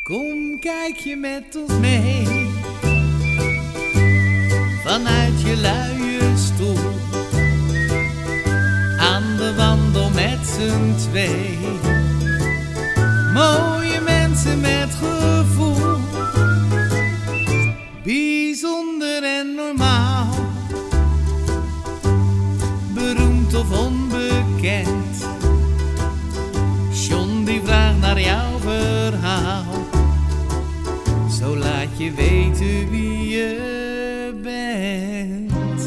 Kom, kijk je met ons mee, vanuit je luie stoel, aan de wandel met z'n twee. Mooie mensen met gevoel, bijzonder en normaal, beroemd of onbekend. John die vraagt naar jouw verhaal, zo laat je weten wie je bent.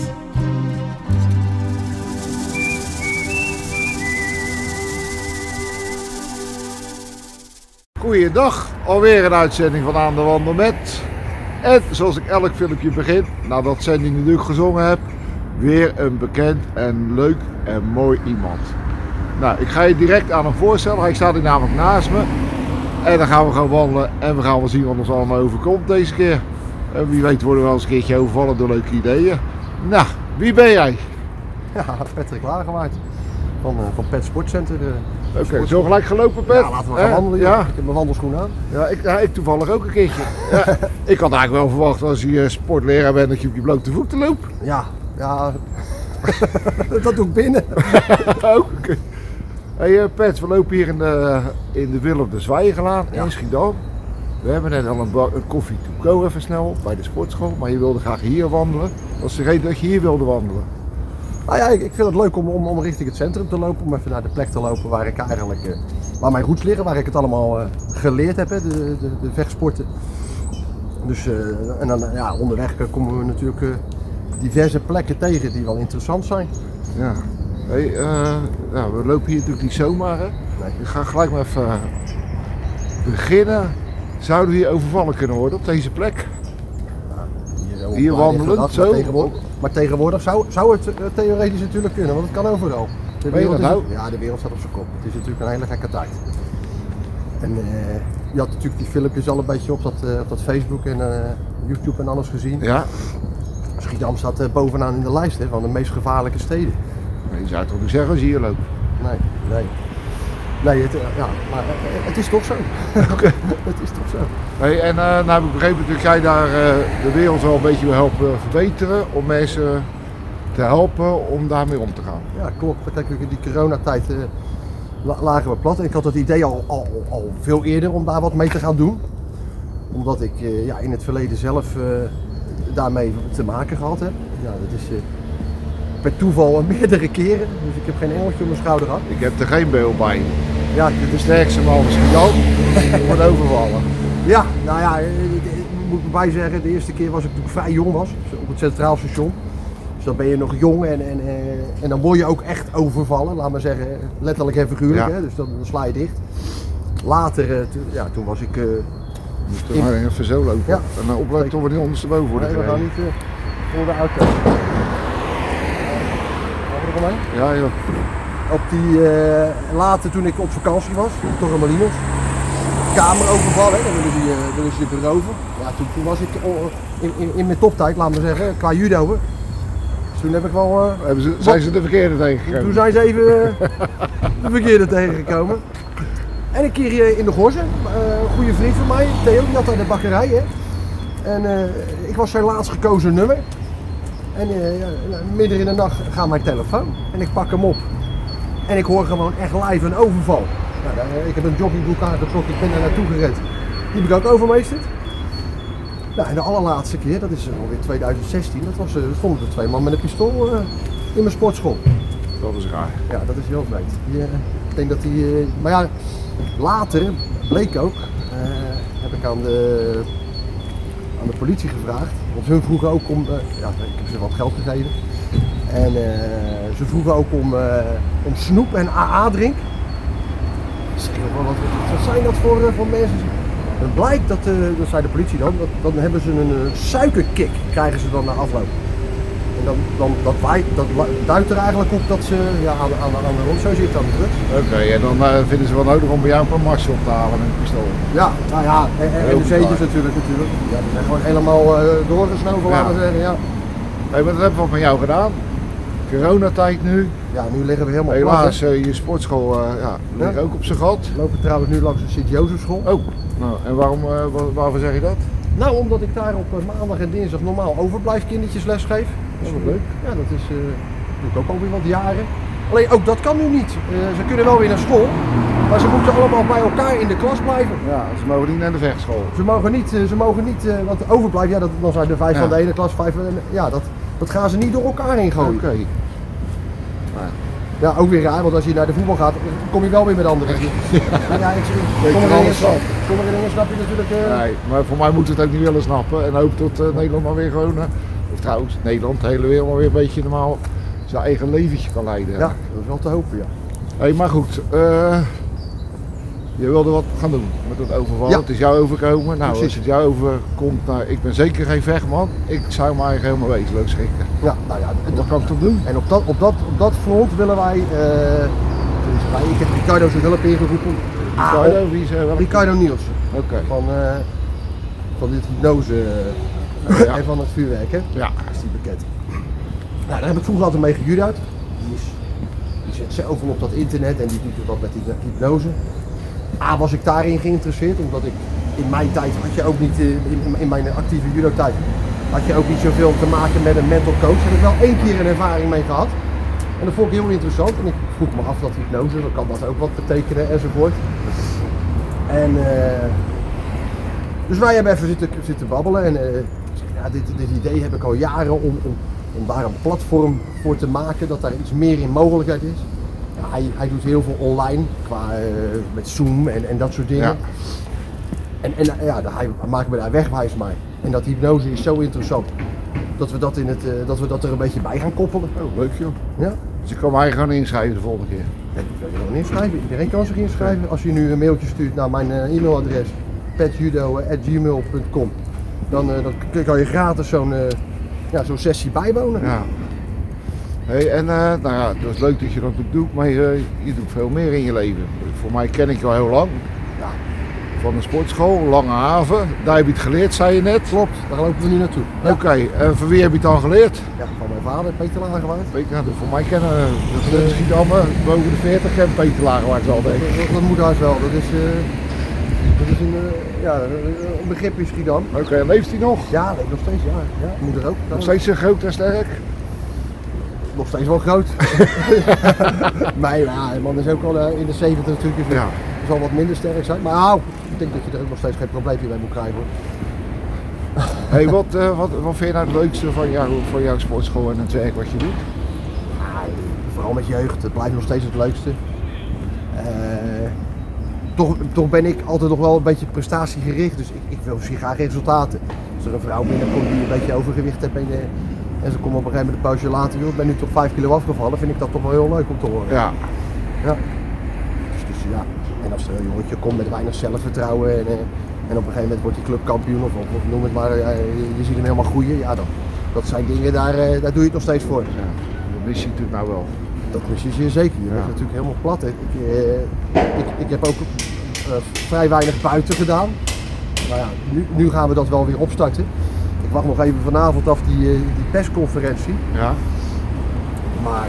Goeiedag, alweer een uitzending van Aan de Wandel met. En zoals ik elk filmpje begin, nadat Sandy natuurlijk gezongen heb, weer een bekend en leuk en mooi iemand. Nou, ik ga je direct aan hem voorstellen, hij staat hier namelijk naast me. En dan gaan we gaan wandelen en we gaan wel zien wat ons allemaal overkomt deze keer. En wie weet worden we wel eens een keertje overvallen door leuke ideeën. Nou, wie ben jij? Ja, Patrick Lagerwaard van Pet Sportcenter. Oké, zo gelijk gelopen, Pet? Ja, laten we gaan wandelen. Ja. Ik heb mijn wandelschoen aan. Ja, ik toevallig ook een keertje. Ja, ik had eigenlijk wel verwacht als je sportleraar bent dat je op je blote voeten loopt. Ja. Dat doe ik binnen. Oké. Hey Pet, we lopen hier in de Willem de Zwijgelaan in Schiedam. We hebben net al een koffie to go even snel bij de sportschool, maar je wilde graag hier wandelen. Wat is de reden dat je hier wilde wandelen? Nou ja, ik vind het leuk om richting het centrum te lopen, om even naar de plek te lopen waar ik eigenlijk, waar mijn roots liggen, waar ik het allemaal geleerd heb, de vechtsporten. Dus, en dan onderweg komen we natuurlijk diverse plekken tegen die wel interessant zijn. Ja. Hey, we lopen hier natuurlijk niet zomaar, hè? Nee. Ik ga gelijk maar even beginnen. Zouden we hier overvallen kunnen worden op deze plek? Hier wandelen, zo? Maar tegenwoordig zou het theoretisch natuurlijk kunnen, want het kan overal. De wereld staat op zijn kop. Het is natuurlijk een hele gekke tijd. En je had natuurlijk die filmpjes al een beetje op dat Facebook en YouTube en alles gezien. Ja. Schiedam staat bovenaan in de lijst van de meest gevaarlijke steden. Nee, je zou het toch niet zeggen als je hier loopt? Nee, maar het is toch zo. Okay. Het is toch zo. Hey, en nou heb ik begrepen dat jij daar de wereld wel een beetje wil helpen verbeteren om mensen te helpen om daarmee om te gaan. Ja, klopt. Kijk, in die coronatijd lagen we plat en ik had het idee al veel eerder om daar wat mee te gaan doen. Omdat ik in het verleden zelf daarmee te maken gehad heb. Ja, dat is per toeval meerdere keren, dus ik heb geen engeltje op mijn schouder gehad. Ik heb er geen beeld bij. Ja, de sterkste man is Schiedam, wordt overvallen. Ja, nou ja, ik moet erbij zeggen, de eerste keer was ik toen ik vrij jong was, op het Centraal Station. Dus dan ben je nog jong en dan word je ook echt overvallen, laat maar zeggen, letterlijk en figuurlijk, hè? Dus dan sla je dicht. Later, toen was ik... Moest maar even zo lopen. Ja. En dan opletten tot we niet ondersteboven worden gereden. We gaan niet voor de auto. Ja, ja. Op die later toen ik op vakantie was, Torremolinos, kamer overvallen, dan willen ze je beroven. Ja, toen was ik in mijn toptijd, laat maar zeggen, qua judo. Dus toen heb ik wel... zijn ze de verkeerde tegengekomen? Toen zijn ze even de verkeerde tegengekomen. En een keer in de Gorzen, een goede vriend van mij, Theo, die had daar de bakkerij. Hè. En ik was zijn laatst gekozen nummer. En midden in de nacht gaat mijn telefoon en ik pak hem op. En ik hoor gewoon echt live een overval. Nou, ik heb een joggingbroek aangetrokken, ik ben daar naartoe gered. Die heb ik ook overmeesterd. Nou, en de allerlaatste keer, dat is alweer 2016, stonden er 2 man met een pistool in mijn sportschool. Dat is raar. Ja, dat is heel vreemd. Ik denk dat die... maar ja, later bleek ook, heb ik aan de politie gevraagd. Want hun vroegen ook om, ik heb ze wat geld gegeven. En ze vroegen ook om snoep en AA-drink. Ik zeg, wat zijn dat voor mensen? Dan blijkt dat zei de politie dan hebben ze een suikerkick, krijgen ze dan na afloop. En dat duidt er eigenlijk op dat ze aan de rotzooi zitten aan de drugs. Oké, en dan vinden ze wel nodig om bij jou een paar marsjes op te halen met een pistool. Ja, nou ja, en de zeetjes natuurlijk. Ja, die zijn gewoon helemaal doorgesnoven, laten we zeggen. Ja. Hey, wat hebben we met jou gedaan? Coronatijd nu. Ja, nu liggen we helemaal Helaas, plat. je sportschool ligt ook op zijn gat. We lopen trouwens nu langs de Sint-Jozefschool. Oh, nou, en waarvoor zeg je dat? Nou, omdat ik daar op maandag en dinsdag normaal overblijfkindertjes les geef. Dat is wat leuk. Ja, dat is, doe ik ook alweer wat jaren. Alleen ook dat kan nu niet. Ze kunnen wel weer naar school, maar ze moeten allemaal bij elkaar in de klas blijven. Ja, ze mogen niet naar de vechtschool. Ze mogen niet, want overblijf, ja, dan zijn er 5 van de ene klas, 5 van de, ja, dat gaan ze niet door elkaar heen gooien. Oké. Ja, ook weer raar, want als je naar de voetbal gaat, kom je wel weer met andere groepjes. Ja, sommige dingen snap je natuurlijk. Nee, maar voor mij moet het ook niet willen snappen en hoop dat Nederland maar weer gewoon, of trouwens Nederland, de hele wereld maar weer een beetje normaal zijn eigen leventje kan leiden. Ja, dat is wel te hopen, ja. Hey, maar goed, je wilde wat gaan doen met het overval. Ja. Het is jou overkomen. Nou, Precies. als het jou overkomt, nou, ik ben zeker geen vechtman. Ik zou me eigenlijk helemaal wezenloos schrikken. Ja, nou ja, Wat kan ik dan doen? en op dat front willen wij, ik heb Ricardo zijn hulp ingeroepen. Ricardo, wie is welke? Ricardo Nielsen, Oké. van dit hypnose Ja. en van het vuurwerk, hè? Ja. Is die bekend. Nou, daar heb ik vroeger altijd mee gejudo'd. Die zit zoveel op dat internet en die doet wat met die hypnose. Was ik daarin geïnteresseerd, omdat ik in mijn tijd had je ook niet, in mijn actieve judo-tijd, had je ook niet zoveel te maken met een mental coach. Daar heb ik wel 1 keer een ervaring mee gehad. En dat vond ik heel interessant. En ik vroeg me af dat hypnose, dan kan dat ook wat betekenen enzovoort. En dus wij hebben even zitten babbelen. En dit idee heb ik al jaren om daar een platform voor te maken, dat daar iets meer in mogelijkheid is. Ja, hij doet heel veel online, met Zoom en dat soort dingen. Ja. Hij maakt me daar wegwijs mee. En dat hypnose is zo interessant, dat we dat er een beetje bij gaan koppelen. Oh, leuk joh. Ja? Dus ik kan mij gewoon inschrijven de volgende keer. Ja, je kan je gewoon inschrijven. Iedereen kan zich inschrijven. Als je nu een mailtje stuurt naar mijn e-mailadres petjudo@gmail.com, dan kan je gratis zo'n sessie bijwonen. Ja. Hey, en nou ja, het is leuk dat je dat ook doet, maar je doet veel meer in je leven. Voor mij ken ik je al heel lang. Ja. Van de sportschool, Lange Haven. Daar heb je het geleerd, zei je net. Klopt, daar lopen we nu naartoe. Ja. Oké, en van wie heb je het dan geleerd? Ja, van mijn vader, Peter Lagerwaard. Voor mij kennen de Schiedammer boven de 40 kent Peter Lagerwaard wel, denk ik. Dat moet haast wel. Dat is een begrip in Schiedam. Oké, leeft hij nog? Ja, leeft nog steeds. Ja, moeder ook. Nog steeds groot en sterk? Nog steeds wel groot. Maar ja, de man is ook al in de 70 natuurlijk. Dus Ja. zal wat minder sterk zijn. Maar nou, ik denk dat je er ook nog steeds geen probleempje mee moet krijgen, hoor. Hey, wat vind je nou het leukste van jouw sportschool en het werk wat je doet? Vooral met jeugd, het blijft nog steeds het leukste. Toch ben ik altijd nog wel een beetje prestatiegericht, dus ik wil graag resultaten. Als er een vrouw binnenkomt die een beetje overgewicht heeft en ze komt op een gegeven moment een poosje later, joh, ik ben nu toch 5 kilo afgevallen, vind ik dat toch wel heel leuk om te horen. Ja. Ja. Dus ja, en als er een jongetje komt met weinig zelfvertrouwen en op een gegeven moment wordt hij clubkampioen of noem het maar, je ziet hem helemaal groeien, ja, dat zijn dingen, daar doe je het nog steeds voor. Ja, dat mis je natuurlijk nou wel. Dat mis je zeer zeker, je bent natuurlijk helemaal plat. Ik heb ook vrij weinig buiten gedaan. Nou ja, nu gaan we dat wel weer opstarten. Ik wacht nog even vanavond af die persconferentie. Ja. Maar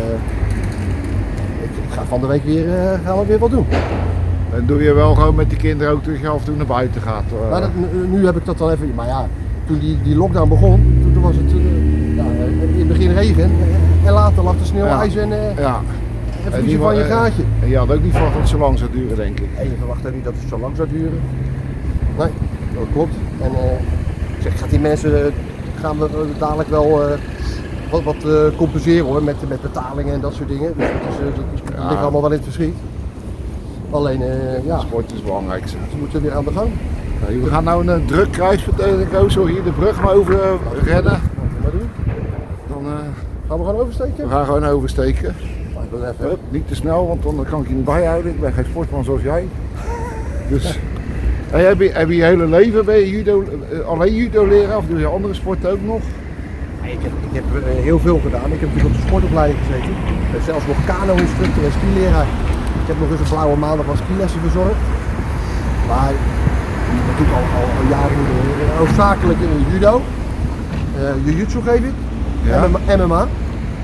ik ga van de week gaan we weer wat doen. En doe je wel gewoon met die kinderen ook dat je af en toe naar buiten gaat? Maar nu heb ik dat dan even, maar ja, toen die lockdown begon, toen was het in het begin regen en later lag de sneeuwijs en vriezen van je gaatje. En je had ook niet verwacht dat het zo lang zou duren, denk ik. En je verwacht ook niet dat het zo lang zou duren. Nee, dat klopt. En ik zeg, gaat die mensen gaan we dadelijk wel wat compenseren hoor, met betalingen en dat soort dingen. Dus dat ligt allemaal wel in het verschiet. Alleen, Sport is het belangrijkste. ze moeten weer aan de gang. Nee, we gaan nou een druk kruispunt, zo hier de brug maar over rennen. Laten we maar doen. Dan, Gaan we gewoon oversteken? we gaan gewoon oversteken. Maar ik wil even. Hup, niet te snel, want dan kan ik je niet bijhouden. Ik ben geen sportman zoals jij. Dus, hey, heb je hele leven ben je alleen judo leren of doe je andere sporten ook nog? Ik heb heel veel gedaan. Ik heb natuurlijk op de sportopleiding gezeten. Ik ben zelfs nog kano-instructor en skileraar. Ik heb nog eens een blauwe maandag van skilessen verzorgd. Maar dat doe ik al jaren niet meer. Hoofdzakelijk in judo. Jiu-jitsu geef ik. Ja. MMA.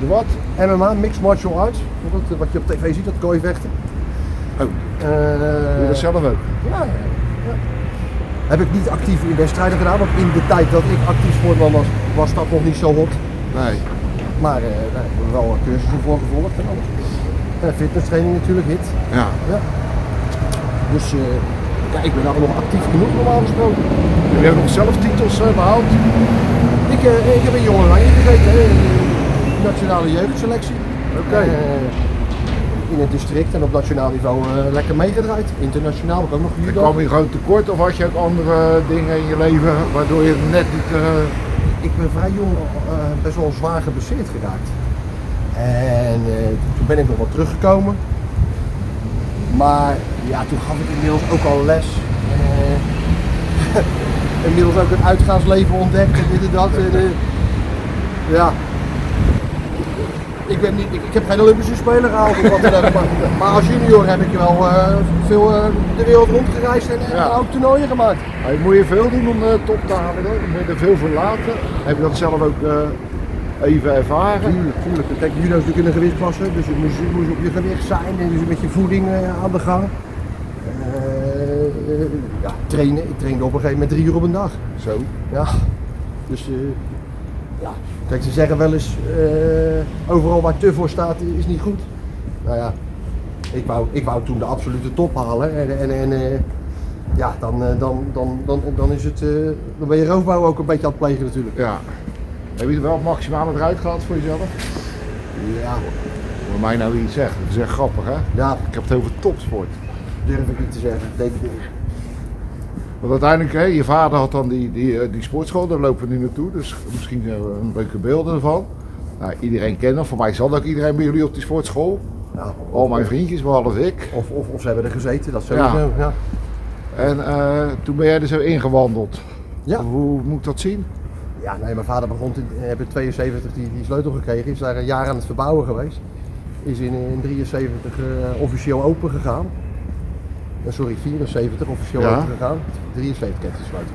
De wat? MMA, Mixed Martial Arts. Wat je op tv ziet, dat kooivechten. Oh, doe je dat zelf ook? Ja. Heb ik niet actief in wedstrijden gedaan, want in de tijd dat ik actief sportman was dat nog niet zo hot. Nee. Maar daar hebben we wel cursussen voor gevolgd en alles. Fitnesstraining natuurlijk, hit. Ja. Dus ik ben daar nog actief genoeg normaal gesproken. Heb jij nog zelf titels behaald? Ik heb in Jong Oranje gezeten, in de nationale jeugdselectie. Oké. In het district en op nationaal niveau lekker meegedraaid. Internationaal heb ik ook nog En judo. kwam je gewoon tekort of had je ook andere dingen in je leven waardoor je net niet... Ik ben vrij jong best wel zwaar geblesseerd geraakt. En toen ben ik nog wat teruggekomen. Maar ja, toen gaf ik inmiddels ook al les. Inmiddels ook het uitgaansleven ontdekt en dit en dat. Ja. Ik heb geen Olympische Spelen gehaald of wat dan ook. Maar als junior heb ik wel veel de wereld rondgereisd en ook toernooien gemaakt. Hey, moet je veel doen om de top te halen? Dan? Moet je er veel voor laten? Heb je dat zelf ook even ervaren? Tuurlijk. Kijk, judo is natuurlijk in een gewichtsklasse, dus je moest op je gewicht zijn en dus met je voeding aan de gang. Trainen. Ik trainde op een gegeven moment 3 uur op een dag. Zo. Ja. Dus ja. Kijk, ze zeggen wel eens overal waar te voor staat is niet goed. Nou ja, ik wou toen de absolute top halen en ja, dan is het, dan ben je roofbouw ook een beetje aan het plegen natuurlijk. Ja. Heb je er wel het maximale eruit gehad voor jezelf? Ja. Voor mij nou iets zeggen, dat is echt grappig hè? Ja. Ik heb het over topsport. Durf ik niet te zeggen, denk ik niet. Want uiteindelijk, hè, je vader had dan die sportschool, daar lopen we nu naartoe, dus misschien hebben we een leuke beelden ervan. Nou, iedereen kennen, voor mij zal ook iedereen bij jullie op die sportschool. Ja, Al mijn vriendjes, behalve ik. Of ze hebben er gezeten, dat sowieso. Ja. En toen ben jij er zo ingewandeld. Ja. Hoe moet ik dat zien? Ja, nee, mijn vader begon in 72 die sleutel gekregen, is daar een jaar aan het verbouwen geweest. Is in 73 officieel open gegaan. Sorry, 74 officieel open gegaan. 73 kent de sleutel.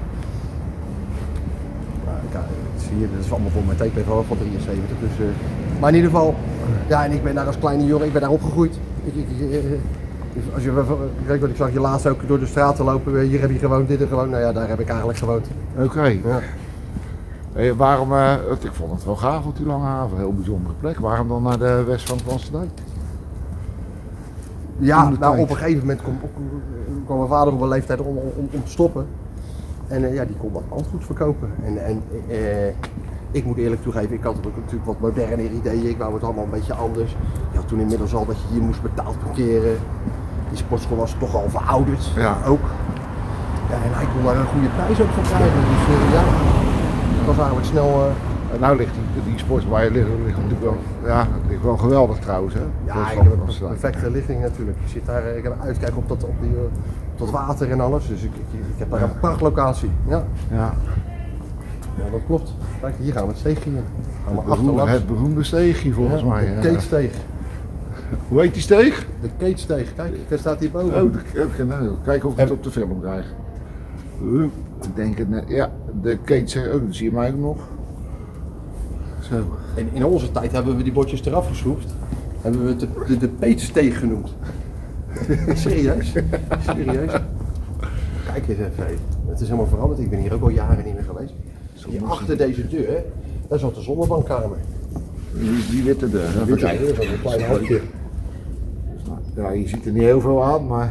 Nou, zie je, dat is allemaal voor mijn teken van 73. Dus, maar in ieder geval, ja, en ik ben daar als kleine jongen, ik ben daar opgegroeid. Als je, ik zag je laatst ook door de straten lopen, hier heb je gewoond, dit en gewoon, nou ja, daar heb ik eigenlijk gewoond. Oké. Ja. Hey, waarom, ik vond het wel gaaf op die Lange Haven, een heel bijzondere plek. Waarom dan naar de west van Amsterdam? Ja, nou, op een gegeven moment kwam mijn vader op een leeftijd om te stoppen. En ja, die kon dat landgoed verkopen. En ik moet eerlijk toegeven, ik had natuurlijk wat moderne ideeën. Ik wou het allemaal een beetje anders. Je had toen inmiddels al dat je hier moest betaald parkeren. Die sportschool was toch al verouderd, ook. Ja, en hij kon daar een goede prijs ook voor krijgen. Dus ja, het was eigenlijk snel... En nou ligt die sportschool ligt natuurlijk wel, ja, het ligt wel geweldig trouwens hè. Ja, ik heb een perfecte ligging natuurlijk. Ik zit daar, ik heb een uitkijk op dat water en alles, dus ik heb daar een prachtlocatie. Ja. Ja, dat klopt. Kijk, hier gaan we het steegje in. Gaan we het beroemde steegje volgens mij. De Keetsteeg. Hoe heet die steeg? De Keetsteeg, kijk, hij staat hier boven. Oh, kijk of ik het op de film krijg. Ik denk het net, ja, de Keetsteeg, dat zie je mij ook nog. Zo. En in onze tijd hebben we die bordjes eraf geschroefd. Hebben we het de Peetsteeg genoemd. Serieus? Serieus? Kijk eens even. Het is helemaal veranderd. Ik ben hier ook al jaren niet meer geweest. Hier achter deze deur, daar zat de zonnebankkamer. Die witte deur. Even kijken, dat is een klein houtje. Ja, je ziet er niet heel veel aan, maar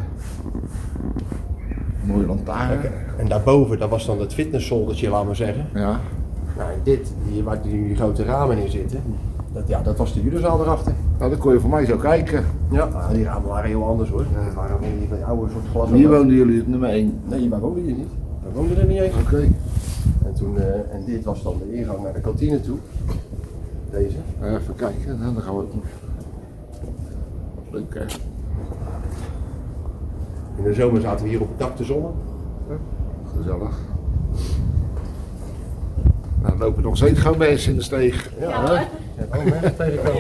mooie lantaarn. En daarboven, dat was dan het fitnesszoldertje, laat maar zeggen. Ja. Nou, en dit, waar die grote ramen in zitten, dat was de judozaal erachter. Nou, dan kon je voor mij zo kijken. Ja, die ramen waren heel anders hoor. Dat waren van die oude soort glas. Hier woonden jullie het nummer 1? Nee, wij woonden hier niet. Wij woonden er niet eens. Oké. En dit was dan de ingang naar de kantine toe. Deze. Even kijken, en dan gaan we het nog. Leuk hè. In de zomer zaten we hier op het dak te zonnen. Gezellig. Nou, er lopen nog steeds gewoon mensen in de steeg. Ja, hè? Ja, mensen tegenkomen.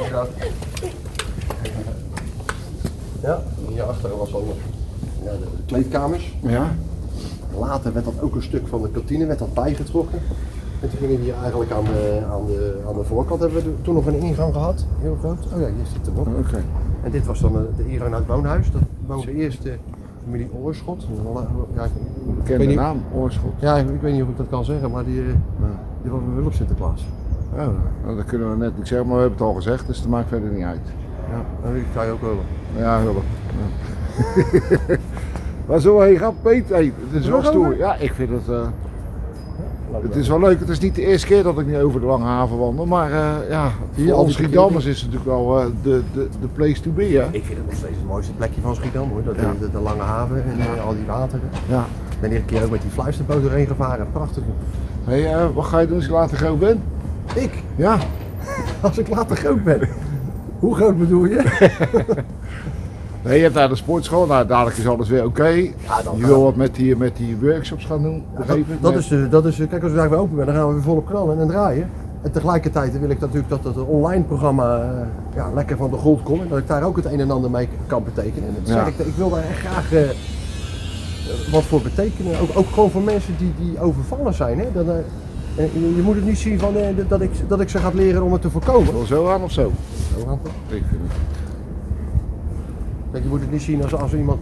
Ja, hierachter was al de kleedkamers. Ja. Later werd dat ook een stuk van de kantine werd dat bijgetrokken. En toen gingen we hier eigenlijk aan de voorkant, hebben we toen nog een ingang gehad, heel groot. Oh ja, hier zit hem op. Oké. En dit was dan de ingang naar het woonhuis. Dat woonde eerst de familie Oorschot. Ja, Bekende naam, Oorschot. Ja, ik weet niet of ik dat kan zeggen, maar die was een hulp Sinterklaas. Oh, nou, dat kunnen we net niet zeggen, maar we hebben het al gezegd, dus dat maakt verder niet uit. Ja, en ik ga je ook hulp. Ja, hulp. Ja. Waar zullen we heen gaan, Peter? Hey, het is wel stoer. Ja, ik vind het... Het is wel leuk, het is niet de eerste keer dat ik nu over de Lange Haven wandel, maar ja, voor ons Schiedamers is het natuurlijk wel de place to be. Hè? Ik vind het nog steeds het mooiste plekje van Schiedam hoor, dat de Lange Haven en al die wateren. Ja. Ik ben hier een keer ook met die fluisterboot doorheen gevaren, prachtig. Hey, wat ga je doen als je later groot bent? Ik? Ja. Als ik later groot ben? Hoe groot bedoel je? Nee, je hebt daar de sportschool, nou dadelijk is alles weer oké. Ja, je wil wat met die workshops gaan doen, dat is, kijk als we daar weer open zijn, dan gaan we weer volop knallen en draaien. En tegelijkertijd wil ik natuurlijk dat het online programma lekker van de grond komt en dat ik daar ook het een en ander mee kan betekenen. En dat zeg ik wil daar echt graag wat voor betekenen, ook gewoon voor mensen die overvallen zijn. Hè? Je moet het niet zien van, dat ik ze ga leren om het te voorkomen. Wil zo aan of zo? Zo aan. Ik vind het. Kijk, je moet het niet zien als iemand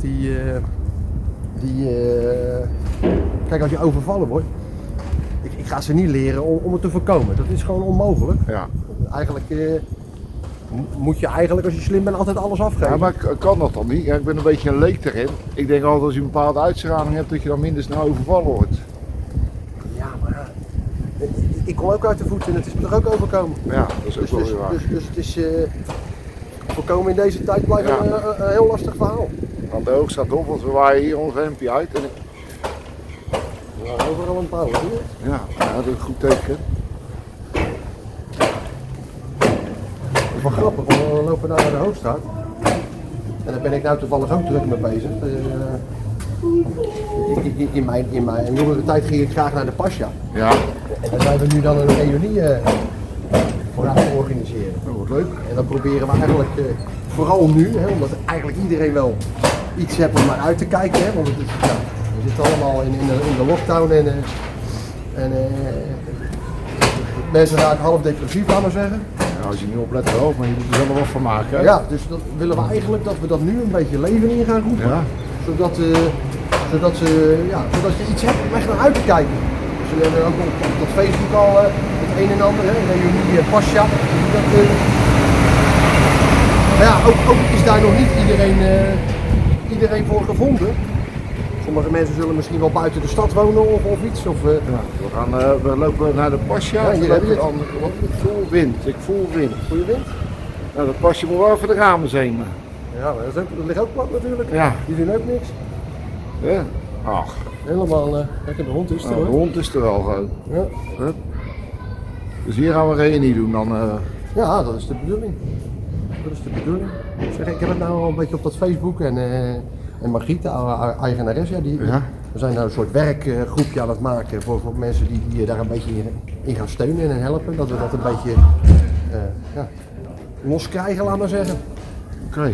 kijk, als je overvallen wordt, ik ga ze niet leren om het te voorkomen. Dat is gewoon onmogelijk. Ja. Eigenlijk moet je als je slim bent altijd alles afgeven. Ja, maar kan dat dan niet? Ja, ik ben een beetje een leek erin. Ik denk altijd als je een bepaalde uitstraling hebt dat je dan minder snel overvallen wordt. Ja, maar ik kom ook uit de voeten en het is me toch ook overkomen. Ja, dat is ook wel weer waar. Dus het is voorkomen in deze tijd blijft een heel lastig verhaal. Want de hoog staat op, want we waaien hier ons hempje uit. En overal een pauw, zie je? Ja, dat is een goed teken. Het is wel grappig, want we lopen naar de Hoogstraat. En daar ben ik nou toevallig ook druk mee bezig. In mijn jongere tijd ging ik graag naar de Pasja. Ja. En daar zijn we nu dan een reunie voor aan het organiseren. Dat wordt leuk. En dan proberen we eigenlijk, vooral nu, omdat eigenlijk iedereen wel iets heeft om naar uit te kijken. Hè, want het is, we zitten allemaal in de lockdown en mensen raken half depressief, laten we zeggen. Ja, als je niet oplet wel, maar je moet er zelf wel van maken. Hè? Ja, dus dat willen we eigenlijk dat we dat nu een beetje leven in gaan roepen. Ja. Zodat je iets hebt om echt naar uit te kijken. Dus we hebben ook op dat Facebook al het een en ander, reunie Pasja. Maar ja, ook is daar nog niet iedereen voor gevonden. Sommige mensen zullen misschien wel buiten de stad wonen of iets. Ja, we lopen naar de Pasja. Ja, hier heb je het. Ik voel wind. Voel je wind? Nou, dat Pasja moet wel even de ramen zijn. Ja, maar dat ligt ook plat natuurlijk. Ja. Die doen ook niks. Ja. Ach. Helemaal, kijk, de hond is er Nou, hoor. de hond is er wel gewoon. Ja. Dus hier gaan we reunie doen dan. Ja, dat is de bedoeling. Dat is de bedoeling. Ik heb het nou al een beetje op dat Facebook en Margriet, de eigenares, we zijn nou een soort werkgroepje aan het maken voor mensen die daar een beetje in gaan steunen en helpen. Dat we dat een beetje los krijgen, laat maar zeggen. Oké.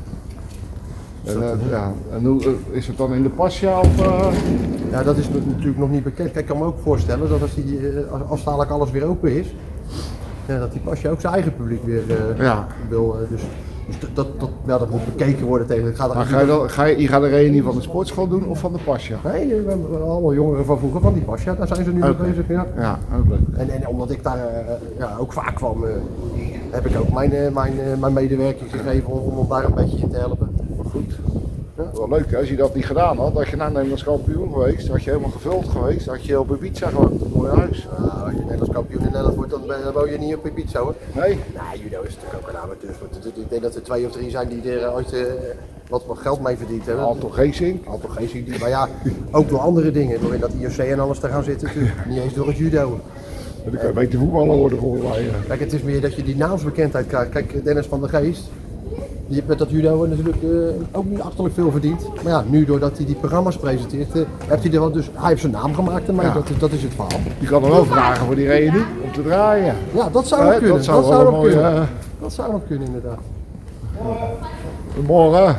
En hoe is het dan in de Pasja? Of, Ja, dat is natuurlijk nog niet bekend. Kijk, ik kan me ook voorstellen dat als dadelijk alles weer open is, dat die Pasja ook zijn eigen publiek weer wil. Dus dat moet bekeken worden tegen. Je gaat de reunie van de sportschool doen of van de Pasja? Nee, we hebben allemaal jongeren van vroeger van die Pasja, daar zijn ze nu mee bezig. Ja, ja, ook leuk. En omdat ik daar ook vaak kwam, heb ik ook mijn medewerking gegeven om daar een beetje in te helpen. Goed. Ja. Wel leuk, als je dat niet gedaan had je nou Nederlands kampioen geweest, had je helemaal gevuld geweest, had je op Ibiza gewoond, een mooi huis. Als je Nederlands kampioen in Nederland wordt, dan woon je niet op Ibiza hoor. Nee? Nou, judo is natuurlijk ook een amateursport. Ik denk dat er 2 of 3 zijn die er ooit wat geld mee verdiend hebben. Anton Geesink. Maar ja, ook door andere dingen, door in dat IOC en alles te gaan zitten natuurlijk. Niet eens door het judo. Dan kan je beter voetballer worden volgens mij. Kijk, het is meer dat je die naamsbekendheid krijgt. Kijk, Dennis van der Geest. Die heeft met dat judo natuurlijk ook niet achterlijk veel verdiend. Maar ja, nu doordat hij die programma's presenteert, heeft hij er wel, dus hij heeft zijn naam gemaakt en dat is het verhaal. Je kan er wel vragen voor die reunie om te draaien. Ja, dat zou nog kunnen. Dat zou nog kunnen inderdaad. Goedemorgen.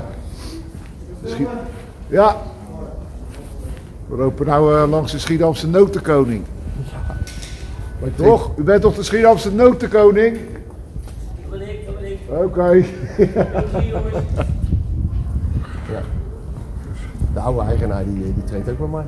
Ja. We lopen nu langs de Schiedamse Notenkoning. Maar Toch? U bent toch de Schiedamse notenkoning? Dat ben ik. Oké. Ja. De oude eigenaar die traint ook bij mij.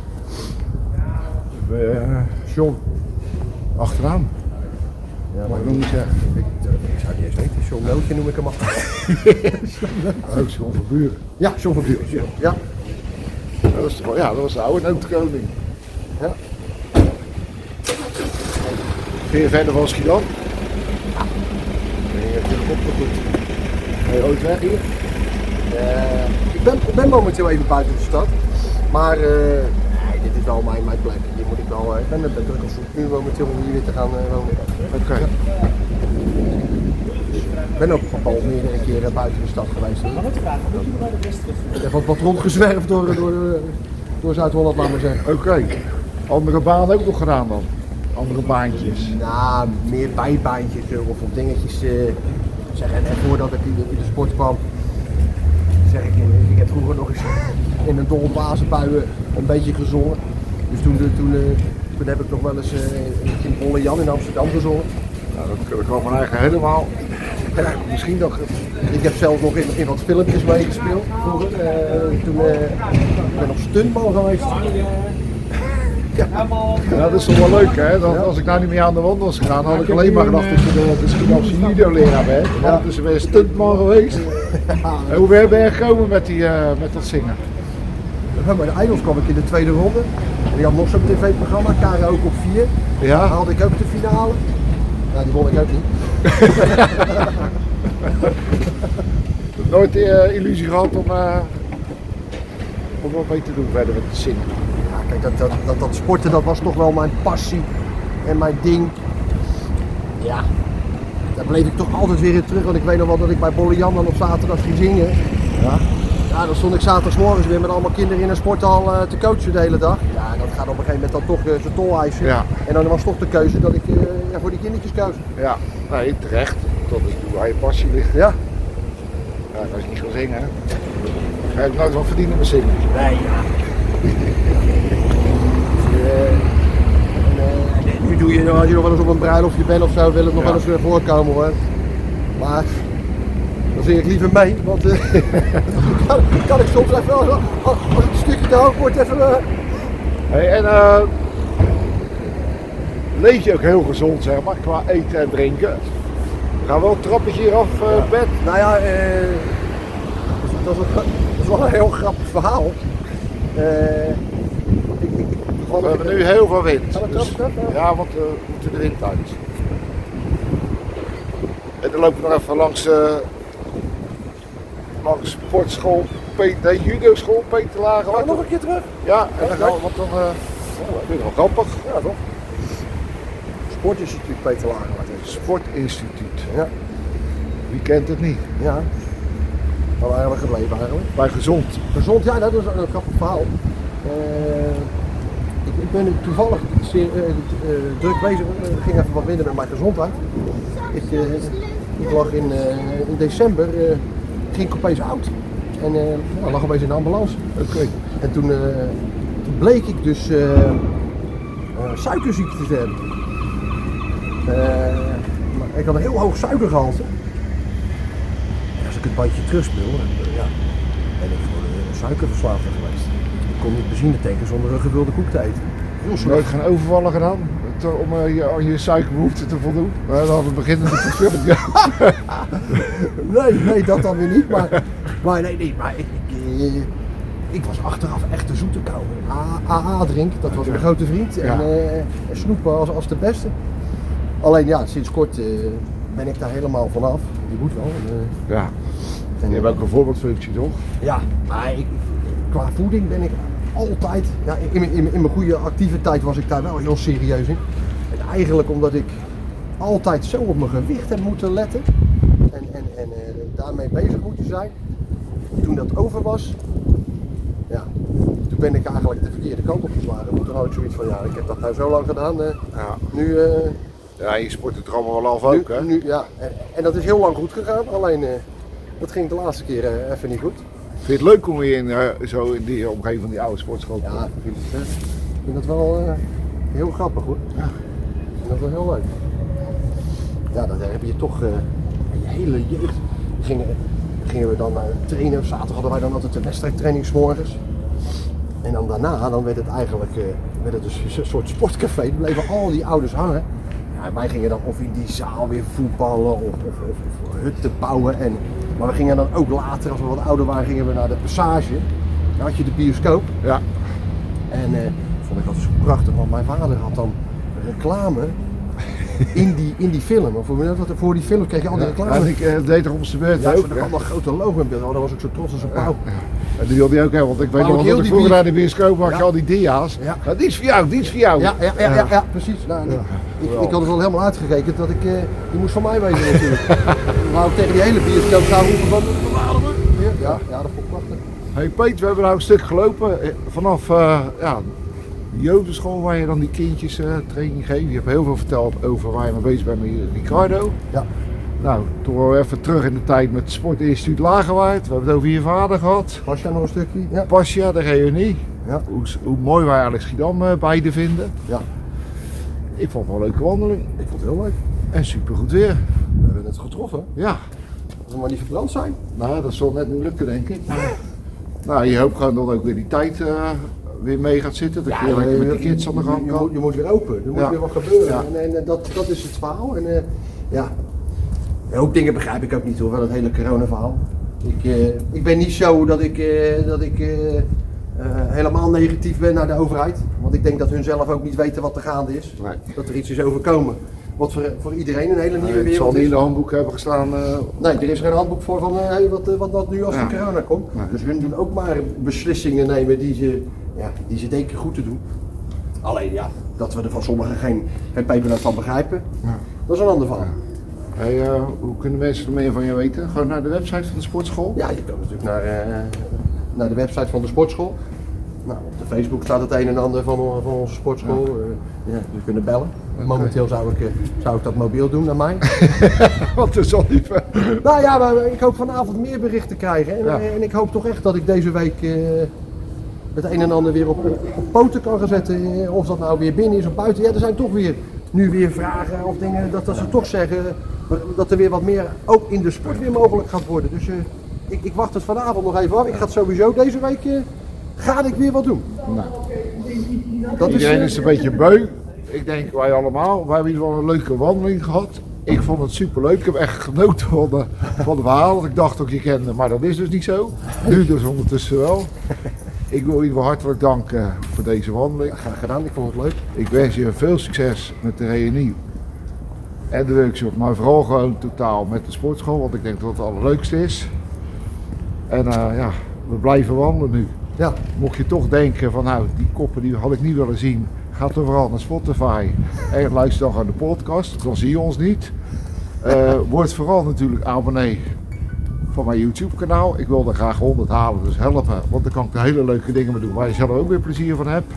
John. Achteraan. Ja, Mag ik nog niet zeggen. Ik zou het niet eens weten. John Nootje noem ik hem al. Oh, John van Buren. Ja, John van Buren. Ja. Dat was de oude notenkoning. Ja. Vind je verder van Schiedam? Ben je natuurlijk opgegroeid. Ben je ooit weg hier? Ik ben momenteel even buiten de stad. Maar nee, dit is wel mijn plek. Hier moet ik wel. Ik ben met druk als nu momenteel om hier weer te gaan wonen. Oké. Ik ben ook al meerdere keren buiten de stad geweest. Ik heb wat rondgezwerfd door Zuid-Holland, laat maar zeggen. Oké. Andere baan ook nog gedaan dan? Andere baantjes? Nou, meer bijbaantjes of dingetjes. Zeg, en voordat ik in de sport kwam, zeg ik heb vroeger nog eens in een dolle bazenbui een beetje gezongen. Dus toen heb ik nog wel eens in Bolle Jan in Amsterdam gezongen. Nou, dat kwam me eigenlijk helemaal. Ja, misschien nog. Ik heb zelfs nog in wat filmpjes meegespeeld vroeger. Toen ben ik nog stuntman geweest. Ja, dat is toch wel leuk, hè? Dat, als ik nou niet meer aan de wand was gegaan, had ik alleen maar gedacht dat je de Schiedamse judo-leraar bent. Maar ja. Dus ben je stuntman geweest. En hoe ben je gekomen met dat zingen? Ja, bij de Idols kwam ik in de tweede ronde. En die had nog zo'n tv-programma, Karaoke op 4. Ja? Daar had ik ook de finale. Nou, die won ik ook niet. Nooit de illusie gehad om wat mee te doen verder met het zingen? Ja, kijk, dat sporten, dat was toch wel mijn passie en mijn ding. Ja, daar bleef ik toch altijd weer in terug. Want ik weet nog wel dat ik bij Bolle Jan dan op zaterdag ging zingen. Ja? Ja, dan stond ik zaterdagmorgens weer met allemaal kinderen in een sporthal te coachen de hele dag. Ja, en dat gaat op een gegeven moment dan toch zijn tol eisen. Ja. En dan was toch de keuze dat ik voor die kindertjes koos. Ja, nee, terecht. Dat is waar je passie ligt. Ja. Ja, als je niet wil zingen, hè. Ga je ook nooit wat verdienen met zingen. Nee, ja. Nu doe je, als je nog wel eens op een bruiloftje bent of zo, wil het nog wel eens weer voorkomen hoor. Maar dan zing ik liever mee, want kan ik soms even, als het een stukje te hoog wordt, even... Hey, en leef je ook heel gezond, zeg maar, qua eten en drinken? We gaan wel een trappetje hier af, bed. Nou ja, dat is wel een heel grappig verhaal. We hebben nu heel veel wind. Gaat het Dus, trap? ja, want we moeten de wind uit. En dan lopen we nog even langs sportschool, judo-school, Peter Lager. Ga nog een keer terug? Ja, en dan gaan we, want dan vind ik wel grappig. Ja, toch? Sportinstituut Peter Lager. Sportinstituut. Ja. Wie kent het niet? Ja. Waar waren we gebleven eigenlijk? Bij Gezond. Gezond, ja, dat is een grappig verhaal. Ik ben toevallig zeer druk bezig, ik ging even wat minder met mijn gezondheid. Ik lag in december, ging ik opeens oud en lag opeens in de ambulance. Oké. En toen bleek ik dus suikerziekte te hebben. Ik had een heel hoog suikergehalte. En als ik het bandje terugspeel, ben ik gewoon een suikerverslaafde geweest. Ik kon niet benzine tanken zonder een gevulde koek te eten. Heb je nooit geen overvallen gedaan? Om aan je suikerbehoefte te voldoen? Dan hadden we beginnen met de film. Ja. Nee, dat dan weer niet. Maar ik was achteraf echt een zoete kou. AA drink, dat was mijn grote vriend. Ja. En snoepen als de beste. Alleen ja, sinds kort ben ik daar helemaal vanaf. Je moet wel. Ja. En je hebt ook een voorbeeldfunctie, toch? Ja, maar qua voeding ben ik altijd, ja, in mijn goede actieve tijd was ik daar wel heel serieus in. En eigenlijk omdat ik altijd zo op mijn gewicht heb moeten letten en daarmee bezig moeten zijn. Toen dat over was, ja, toen ben ik eigenlijk de verkeerde kant op geslagen. Toen had ik zoiets van, ja, ik heb dat nou zo lang gedaan, Ja. nu... Ja, je sport het er allemaal wel af ook, hè? Nu, ja, en dat is heel lang goed gegaan, alleen dat ging de laatste keer even niet goed. Vind je het leuk om weer zo in die omgeving van die oude sportschool te Ja, ik vind dat wel heel grappig hoor. Ja. Dat was heel leuk. Ja, dan heb je toch je hele jeugd. Gingen we dan trainen. Zaterdag hadden wij dan altijd de wedstrijdtraining 's morgens. En dan daarna dan werd het eigenlijk werd het dus een soort sportcafé. Dan bleven al die ouders hangen. Ja, wij gingen dan of in die zaal weer voetballen of hutten bouwen. Maar we gingen dan ook later, als we wat ouder waren, gingen we naar de Passage. Dan had je de bioscoop. Ja. En vond ik altijd zo prachtig, want mijn vader had dan reclame in die film. Of voor die film kreeg je al die reclame. En ik deed er om zijn beurt Ja, ook. er allemaal grote logo in beeld. Oh, daar was ik zo trots als een pauw. En die wilde hij ook hebben, want ik weet Maar nog ook dat heel ik die vroeger naar de bioscoop had je Ja. al die dia's. Ja. Nou, die is voor jou, die is voor jou. Ja, precies. Nou, ik had het al helemaal uitgerekend dat die moest van mij wezen natuurlijk. Nou, tegen die hele bioscoop zou roepen van, ja, dat vond ik prachtig. Hey Peet, we hebben nou een stuk gelopen vanaf de Jodenschool waar je dan die kindjes training geeft. Je hebt heel veel verteld over waar je mee bezig bent met Ricardo. Ja. Nou, toen waren we even terug in de tijd met het Sportinstituut Lagerwaard. We hebben het over je vader gehad. Pasja nog een stukje? Ja. Pasja, de reunie. Ja. Hoe mooi wij Alex Schiedam beide vinden. Ja, Ik vond het wel een leuke wandeling. ik vond het heel leuk. En supergoed weer. We hebben het getroffen. Ja, Als we maar niet verbrand zijn. nou dat zal net niet lukken denk ik. Nou, je hoopt gewoon dat ook weer die tijd weer mee gaat zitten. Dat je weer lekker met die kids aan de gang kan. Je moet weer open. Er moet Ja. weer wat gebeuren. Ja. En dat is het verhaal. En ja, een hoop dingen begrijp ik ook niet hoor, van het hele corona-verhaal. Ik ben niet zo dat ik helemaal negatief ben naar de overheid. Want ik denk dat hun zelf ook niet weten wat er gaande is. Nee. Dat er iets is overkomen. Wat voor iedereen een hele nieuwe Het zal wereld niet in is. de handboek hebben gestaan. Nee, er is geen handboek voor van wat nu als Ja. de corona komt. Nee. Dus hun doen ook maar beslissingen nemen die ze denken goed te doen. Alleen ja, dat we er van sommigen geen pepernoot van begrijpen, Ja. dat is een ander verhaal. Hey, hoe kunnen mensen er meer van je weten? Gewoon naar de website van de sportschool? Ja, je kan natuurlijk naar de website van de sportschool. Nou, op de Facebook staat het een en ander van onze sportschool. We kunnen bellen. Momenteel zou ik dat mobiel doen naar mij. Want er zal niet. Nou ja, maar ik hoop vanavond meer berichten krijgen. Ja. En ik hoop toch echt dat ik deze week het een en ander weer op poten kan gaan zetten. Of dat nou weer binnen is of buiten. Ja, er zijn toch nu weer vragen of dingen dat ze toch zeggen dat er weer wat meer ook in de sport weer mogelijk gaat worden. Dus ik wacht het vanavond nog even af. Ik ga het sowieso deze week ga ik weer wat doen. Nou, Dat iedereen is een beetje beu. Ik denk wij allemaal. We hebben in ieder geval een leuke wandeling gehad. Ik vond het superleuk. Ik heb echt genoten van de verhalen. Want ik dacht dat je kende, maar dat is dus niet zo. Nu dus ondertussen wel. Ik wil je hartelijk danken voor deze wandeling. Graag gedaan, ik vond het leuk. Ik wens je veel succes met de reunie en de workshop, maar vooral gewoon totaal met de sportschool, want ik denk dat het het allerleukste is. En we blijven wandelen nu. Ja, Mocht je toch denken van nou, die koppen die had ik niet willen zien, ga dan vooral naar Spotify en luister dan gewoon de podcast, dan zie je ons niet. Word vooral natuurlijk abonnee van mijn YouTube kanaal. Ik wil er graag 100 halen, dus helpen, want dan kan ik er hele leuke dingen mee doen waar je zelf ook weer plezier van hebt.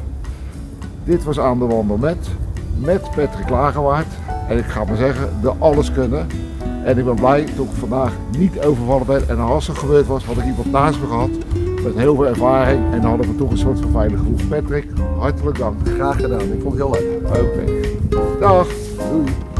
Dit was Aan de Wandel met Patrick Lagerwaard. En ik ga maar zeggen, de alles kunnen. En ik ben blij dat ik vandaag niet overvallen ben. En als er gebeurd was, had ik iemand naast me gehad met heel veel ervaring. En dan hadden we toch een soort van veilig gevoel. Patrick, hartelijk dank. graag gedaan. Ik vond het heel leuk. Oké. Dag. Doei.